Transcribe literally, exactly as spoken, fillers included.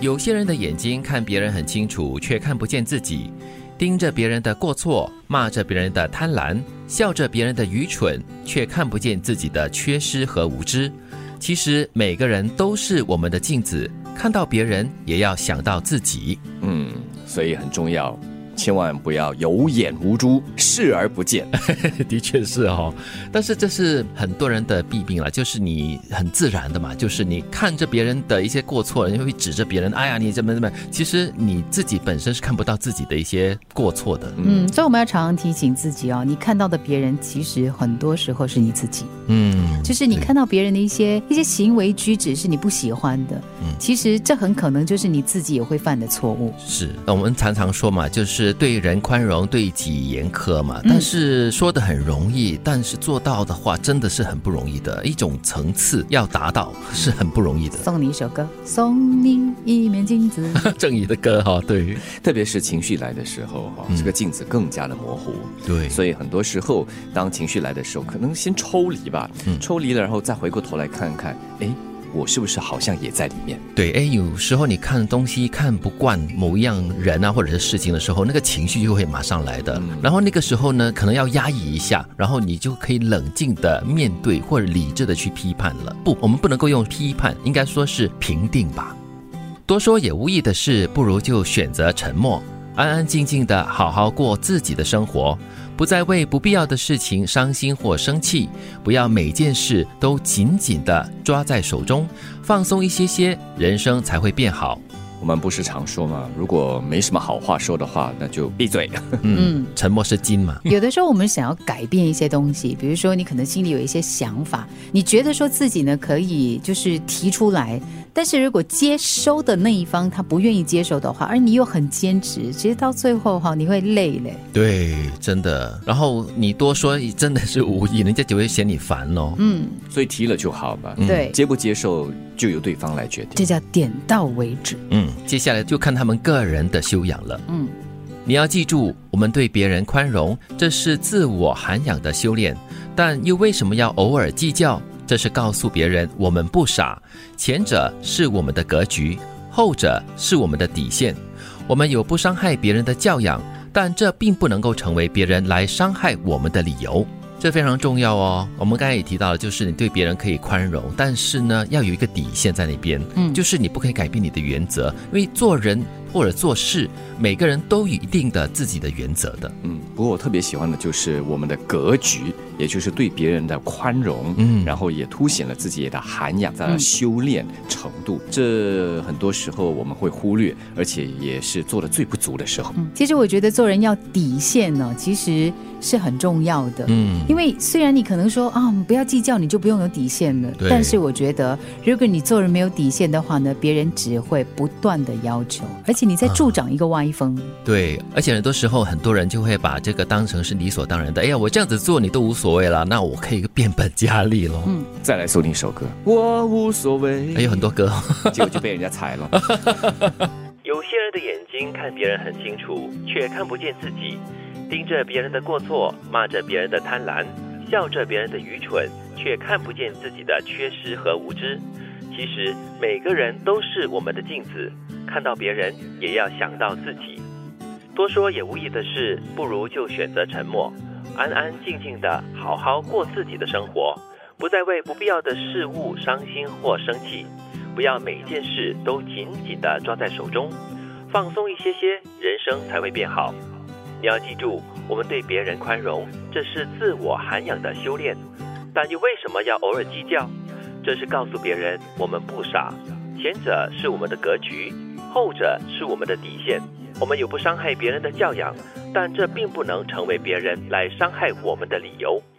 有些人的眼睛看别人很清楚，却看不见自己，盯着别人的过错，骂着别人的贪婪，笑着别人的愚蠢，却看不见自己的缺失和无知。其实每个人都是我们的镜子，看到别人也要想到自己。 嗯，所以很重要，千万不要有眼无珠，视而不见。 的确是哦，但是这是很多人的弊病了，就是你很自然的嘛，就是你看着别人的一些过错，你会指着别人，哎呀你怎么怎么，其实你自己本身是看不到自己的一些过错的。 嗯，所以我们要常常提醒自己哦，你看到的别人其实很多时候是你自己。 嗯， 就是你看到别人的一些一些行为举止是你不喜欢的，嗯，其实这很可能就是你自己也会犯的错误。 是，我们常常说嘛，就是对人宽容，对己严苛嘛。但是说的很容易，但是做到的话，真的是很不容易的。一种层次要达到是很不容易的。 送你一首歌，送你一面镜子。 郑怡的歌哈，对， 特别是情绪来的时候哈，这个镜子更加的模糊。 对， 所以很多时候，当情绪来的时候，可能先抽离吧，嗯、抽离了，然后再回过头来看看，哎。我是不是好像也在里面？ 对，哎，有时候你看东西看不惯某一样人啊，或者是事情的时候，那个情绪就会马上来的。嗯、然后那个时候呢，可能要压抑一下，然后你就可以冷静的面对，或者理智的去批判了。不，我们不能够用批判，应该说是评定吧。多说也无益的事，不如就选择沉默，安安静静的好好过自己的生活。不再为不必要的事情伤心或生气，不要每件事都紧紧地抓在手中，放松一些些，人生才会变好。 我们不是常说吗？如果没什么好话说的话，那就闭嘴。 嗯，沉默是金嘛。 有的时候我们想要改变一些东西，比如说你可能心里有一些想法，你觉得说自己呢可以就是提出来，但是如果接收的那一方他不愿意接受的话，而你又很坚持，其实到最后哈你会累嘞。 对，真的。然后你多说真的是无益，人家就会嫌你烦哦。 嗯， 所以提了就好吧。 对， 接不接受就由对方来决定， 这叫点到为止。 嗯，接下来就看他们个人的修养了。 嗯， 你要记住，我们对别人宽容，这是自我涵养的修炼，但又为什么要偶尔计较？这是告诉别人我们不傻，前者是我们的格局，后者是我们的底线。我们有不伤害别人的教养，但这并不能够成为别人来伤害我们的理由。这非常重要哦。我们刚才也提到了，就是你对别人可以宽容，但是呢，要有一个底线在那边，嗯，就是你不可以改变你的原则，因为做人或者做事，每个人都有一定的自己的原则的。 嗯，不过我特别喜欢的就是我们的格局，也就是对别人的宽容， 嗯， 然后也凸显了自己的涵养的修炼程度。嗯、这很多时候我们会忽略，而且也是做的最不足的时候。 嗯，其实我觉得做人要底线呢，其实是很重要的。 嗯， 因为虽然你可能说啊，不要计较，你就不用有底线了。但是我觉得，如果你做人没有底线的话呢，别人只会不断的要求，而且你在助长一个歪风。 啊、对，而且很多时候很多人就会把这个当成是理所当然的。哎呀，我这样子做你都无所谓了，那我可以变本加厉咯。 嗯， 再来送你一首歌，我无所谓。 还有很多歌， 结果就被人家踩了。 有些人的眼睛看别人很清楚，却看不见自己，盯着别人的过错，骂着别人的贪婪，笑着别人的愚蠢，却看不见自己的缺失和无知。其实每个人都是我们的镜子，看到别人也要想到自己。多说也无益的事，不如就选择沉默，安安静静的好好过自己的生活，不再为不必要的事物伤心或生气，不要每件事都紧紧地抓在手中，放松一些些，人生才会变好。你要记住，我们对别人宽容，这是自我涵养的修炼，但又为什么要偶尔计较？这是告诉别人我们不傻，前者是我们的格局，后者是我们的底线。我们有不伤害别人的教养，但这并不能成为别人来伤害我们的理由。